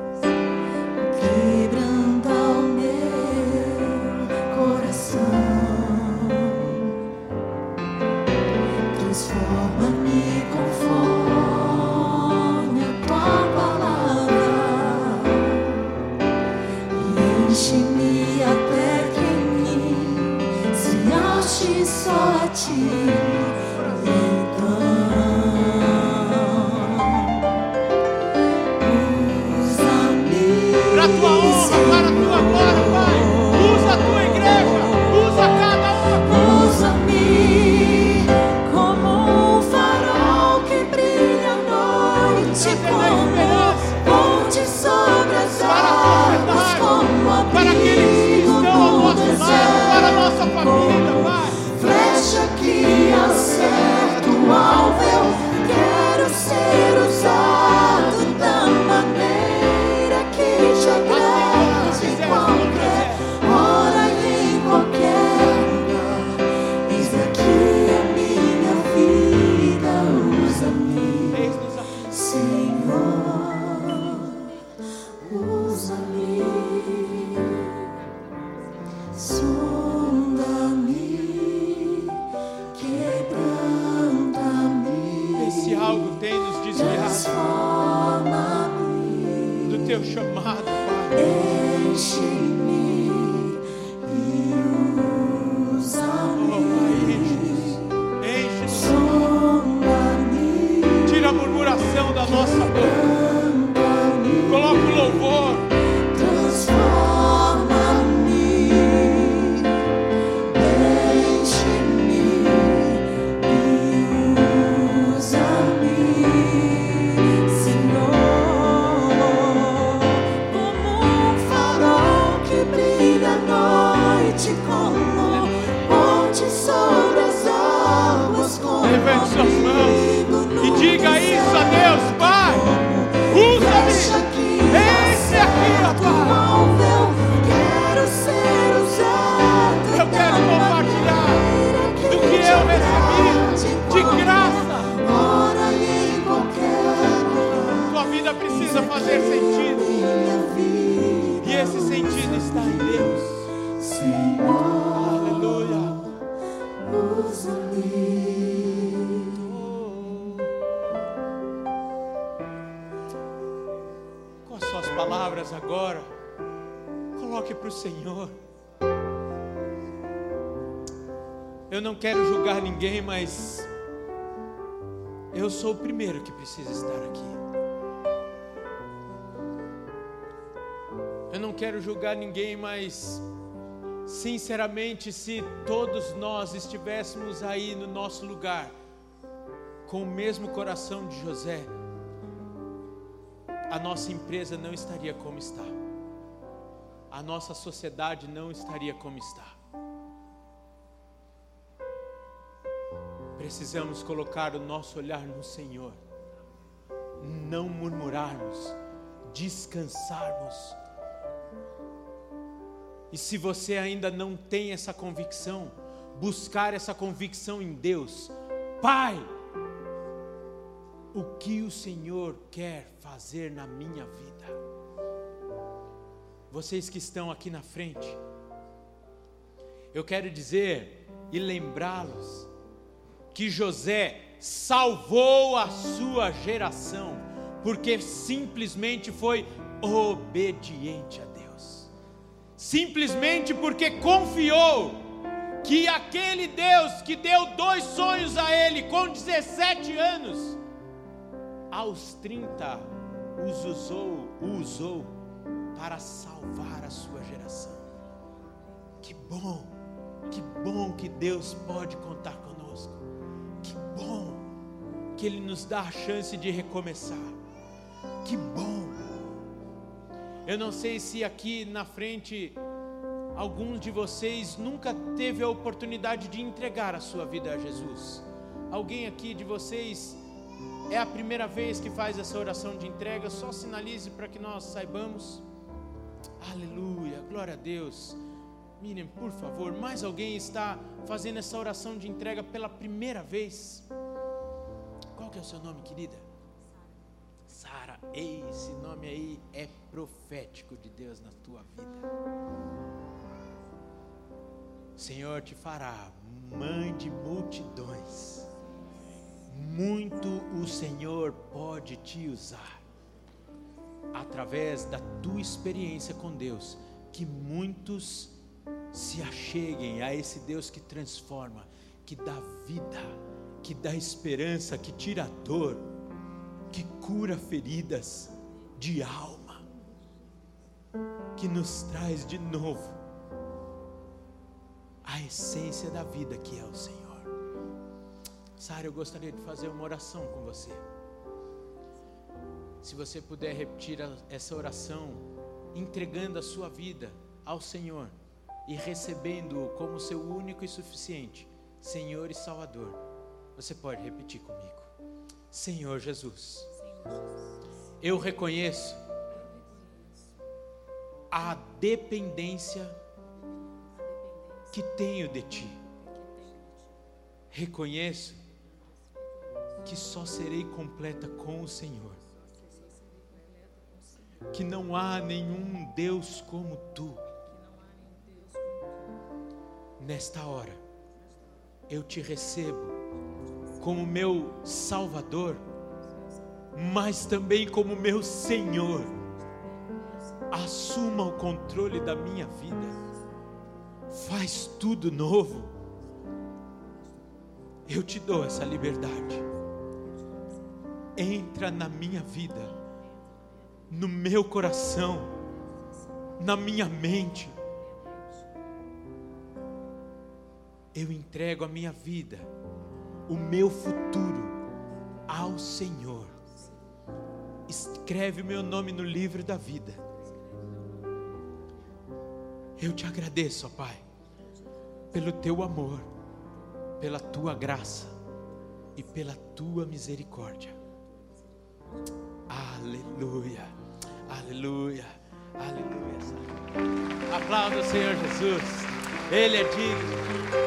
quebranta o meu coração, transforma-me conforme a tua palavra, e enche-me até que em mim se ache só a ti. Então, usa-me, Para a tua honra, para a tua glória, Pai. Usa a tua igreja, usa cada um aqui. Usa-me como um farol que brilha à noite, como ponte sobre as águas, como Para aqueles que abrigo estão ao no nosso lado, para a deserto, nossa família, Pai. flecha que acerta o alvo. Eu quero ser usado da maneira que te agrade, em qualquer hora e em qualquer lugar. Eis aqui a minha vida, usa-me, Eis-nos aqui. Senhor, usa-me. Sonda-me, quebranta-me, Esse algo tem nos desviado transforma-me, do teu chamado, Pai. enche-me e Oh, usa-me. Pai, enche-nos, enche-nos. Sonda-me, Tira a murmuração da nossa boca. quebranta-me, Coloca o louvor. transforma-me, enche-me e usa-me, Senhor, como um farol que brilha à noite, como ponte sobre as águas, como Levante suas mãos abrigo no e diga isso a Deus, Pai. Usa-me. Esse aqui, ó Pai. Eu quero ser usado. Eu quero compartilhar do que eu recebi de graça. Ora e em qualquer lugar. Tua vida precisa fazer sentido, Minha vida, e esse sentido está em Deus. Senhor, Aleluia. usa-me. Com as suas palavras agora, coloque para o Senhor. eu não quero julgar ninguém, mas eu sou o primeiro que precisa estar aqui. Eu não quero julgar ninguém, mas sinceramente, se todos nós estivéssemos aí no nosso lugar, com o mesmo coração de José, a nossa empresa não estaria como está, a nossa sociedade não estaria como está. Precisamos colocar o nosso olhar no Senhor, não murmurarmos, descansarmos. E se você ainda não tem essa convicção, buscar essa convicção em Deus. Pai, o que o Senhor quer fazer na minha vida? Vocês que estão aqui na frente, eu quero dizer e lembrá-los que José salvou a sua geração, porque simplesmente foi obediente a Deus, simplesmente porque confiou que aquele Deus que deu dois sonhos a ele com dezessete anos, aos trinta os usou, o usou para salvar a sua geração. Que bom, que bom que Deus pode contar conosco. Que bom que Ele nos dá a chance de recomeçar. Que bom. Eu não sei se aqui na frente alguns de vocês nunca teve a oportunidade de entregar a sua vida a Jesus. Alguém aqui de vocês é a primeira vez que faz essa oração de entrega? Só sinalize para que nós saibamos. Aleluia, glória a Deus. Miriam, por favor, mais alguém está fazendo essa oração de entrega pela primeira vez? Qual que é o seu nome, querida? Sara. Esse nome aí é profético de Deus na tua vida. O Senhor te fará mãe de multidões. Muito o Senhor pode te usar, através da tua experiência com Deus, que muitos se acheguem a esse Deus que transforma, que dá vida, que dá esperança, que tira a dor, que cura feridas de alma, que nos traz de novo a essência da vida que é o Senhor. Sara, eu gostaria de fazer uma oração com você. Se você puder repetir essa oração, entregando a sua vida ao Senhor e recebendo-o como seu único e suficiente Senhor e Salvador, você pode repetir comigo. Senhor Jesus, eu reconheço a dependência que tenho de Ti. Reconheço que só serei completa com o Senhor, que não há nenhum Deus como Tu. Nesta hora, eu Te recebo como meu Salvador, mas também como meu Senhor. Assuma o controle da minha vida, faz tudo novo. Eu Te dou essa liberdade. Entra na minha vida, no meu coração, na minha mente. Eu entrego a minha vida, o meu futuro ao Senhor. Escreve o meu nome no livro da vida. Eu Te agradeço, ó Pai, pelo Teu amor, pela Tua graça e pela Tua misericórdia. Aleluia, aleluia, aleluia. Aplauda o Senhor Jesus, Ele é digno.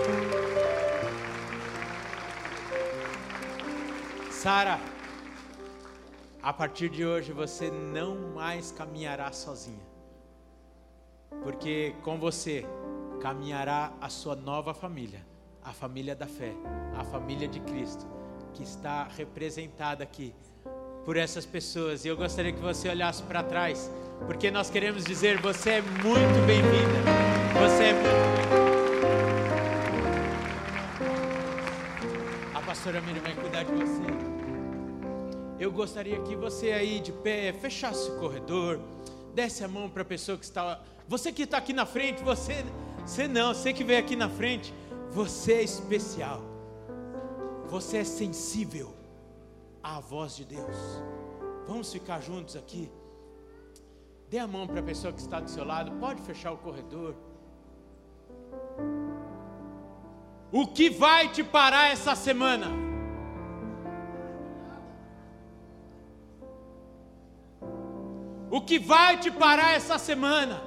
Sara, a partir de hoje você não mais caminhará sozinha, porque com você caminhará a sua nova família, a família da fé, a família de Cristo, que está representada aqui por essas pessoas. E eu gostaria que você olhasse para trás, porque nós queremos dizer: você é muito bem-vinda, você é muito... pastora Miriam vai cuidar de você. Eu gostaria que você aí de pé fechasse o corredor, desse a mão para a pessoa que está... Você que está aqui na frente, você, você não, você que veio aqui na frente, você é especial. Você é sensível à voz de Deus. Vamos ficar juntos aqui. Dê a mão para a pessoa que está do seu lado. Pode fechar o corredor. O que vai te parar essa semana? O que vai te parar essa semana?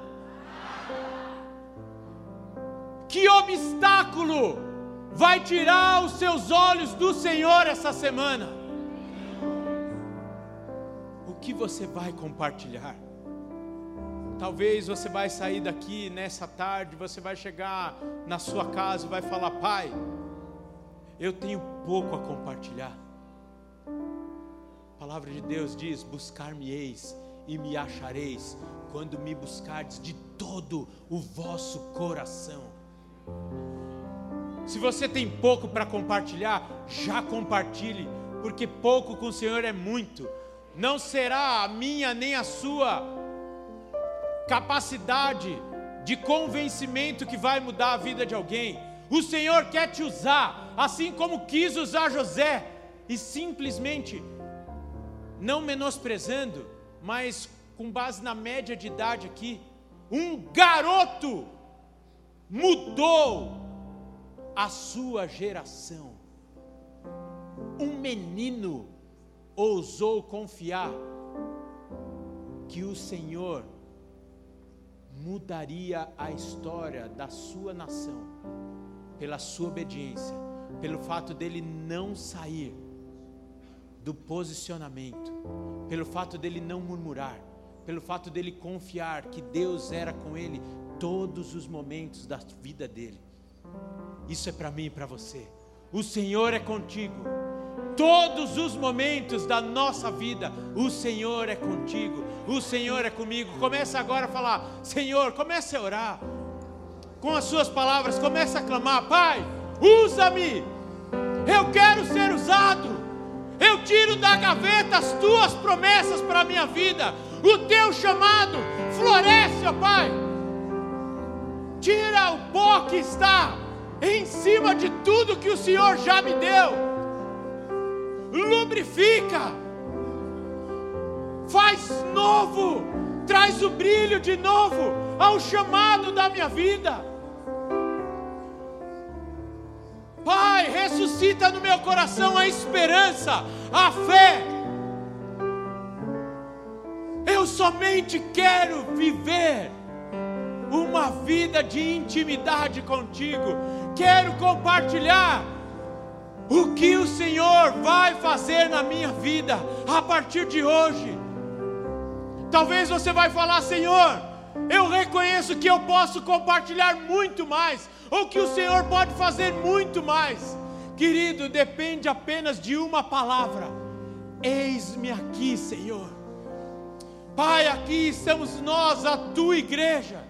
Que obstáculo vai tirar os seus olhos do Senhor essa semana? O que você vai compartilhar? Talvez você vai sair daqui nessa tarde, você vai chegar na sua casa e vai falar: pai, eu tenho pouco a compartilhar. A palavra de Deus diz: buscar-me-eis e me achareis, quando me buscardes de todo o vosso coração. Se você tem pouco para compartilhar, já compartilhe, porque pouco com o Senhor é muito. Não será a minha nem a sua capacidade de convencimento que vai mudar a vida de alguém. O Senhor quer te usar, assim como quis usar José, e simplesmente, não menosprezando, mas com base na média de idade aqui, um garoto mudou a sua geração. Um menino ousou confiar que o Senhor mudaria a história da sua nação, pela sua obediência, pelo fato dele não sair do posicionamento, pelo fato dele não murmurar, pelo fato dele confiar que Deus era com ele todos os momentos da vida dele. Isso é para mim e para você. O Senhor é contigo todos os momentos da nossa vida. O Senhor é contigo, o Senhor é comigo. Começa agora a falar: Senhor, comece a orar com as suas palavras, comece a clamar: pai, usa-me, eu quero ser usado. Eu tiro da gaveta as tuas promessas para a minha vida. O teu chamado floresce, ó Pai. Tira o pó que está em cima de tudo que o Senhor já me deu. Lubrifica, faz novo, traz o brilho de novo ao chamado da minha vida. Pai, ressuscita no meu coração a esperança, a fé. Eu somente quero viver uma vida de intimidade contigo. Quero compartilhar o que o Senhor vai fazer na minha vida a partir de hoje. Talvez você vai falar: Senhor, eu reconheço que eu posso compartilhar muito mais, ou que o Senhor pode fazer muito mais. Querido, depende apenas de uma palavra: eis-me aqui, Senhor. Pai, aqui estamos nós, a tua igreja,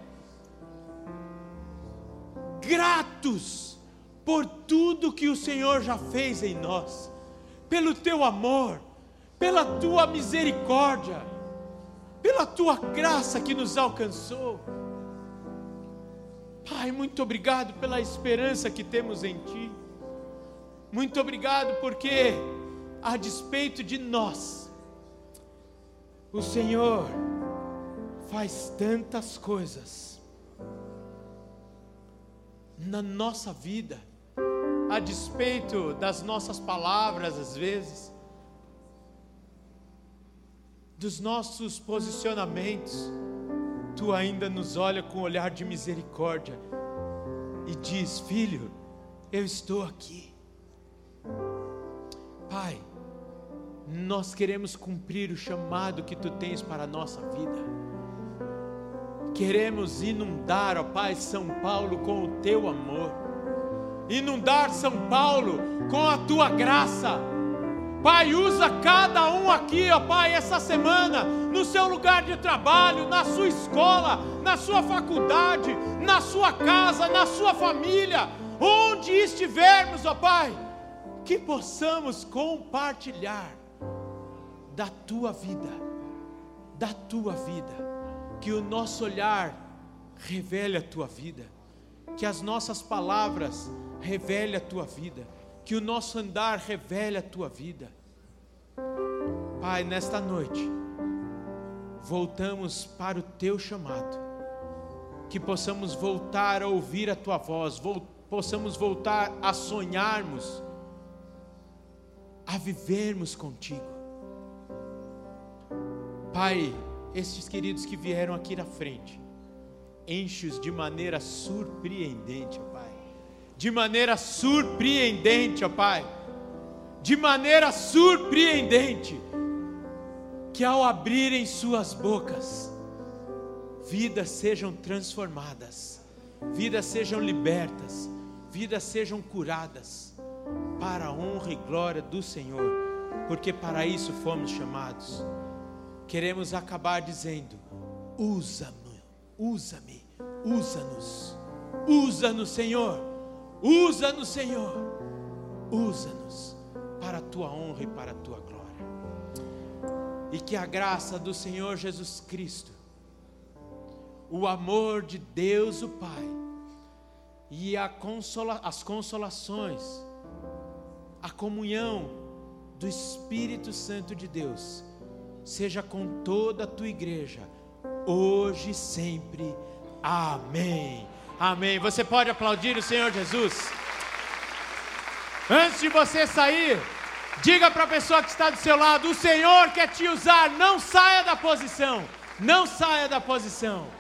gratos por tudo que o Senhor já fez em nós, pelo teu amor, pela tua misericórdia, pela tua graça que nos alcançou. Pai, muito obrigado pela esperança que temos em Ti. Muito obrigado porque, a despeito de nós, o Senhor faz tantas coisas na nossa vida, a despeito das nossas palavras às vezes, dos nossos posicionamentos. Tu ainda nos olha com um olhar de misericórdia e diz: filho, eu estou aqui. Pai, nós queremos cumprir o chamado que Tu tens para a nossa vida. Queremos inundar, ó Pai, São Paulo com o Teu amor, inundar São Paulo com a Tua graça. Pai, usa cada um aqui, ó Pai, essa semana, no seu lugar de trabalho, na sua escola, na sua faculdade, na sua casa, na sua família, onde estivermos, ó Pai, que possamos compartilhar da tua vida, da tua vida, que o nosso olhar revele a tua vida, que as nossas palavras revele a tua vida, que o nosso andar revele a tua vida. Pai, nesta noite, voltamos para o teu chamado, que possamos voltar a ouvir a tua voz, vo- possamos voltar a sonharmos, a vivermos contigo. Pai, estes queridos que vieram aqui na frente, enche-os de maneira surpreendente, ó Pai, de maneira surpreendente, ó Pai, de maneira surpreendente, que ao abrirem suas bocas, vidas sejam transformadas, vidas sejam libertas, vidas sejam curadas, para a honra e glória do Senhor, porque para isso fomos chamados. Queremos acabar dizendo: usa-me, usa-me, usa-nos, usa-nos, Senhor, usa-nos, Senhor, usa-nos para a tua honra e para a tua glória. E que a graça do Senhor Jesus Cristo, o amor de Deus o Pai e a consola, as consolações, a comunhão do Espírito Santo de Deus seja com toda a tua igreja, hoje e sempre. Amém. Amém. Você pode aplaudir o Senhor Jesus? Antes de você sair, diga para a pessoa que está do seu lado: o Senhor quer te usar. Não saia da posição. Não saia da posição.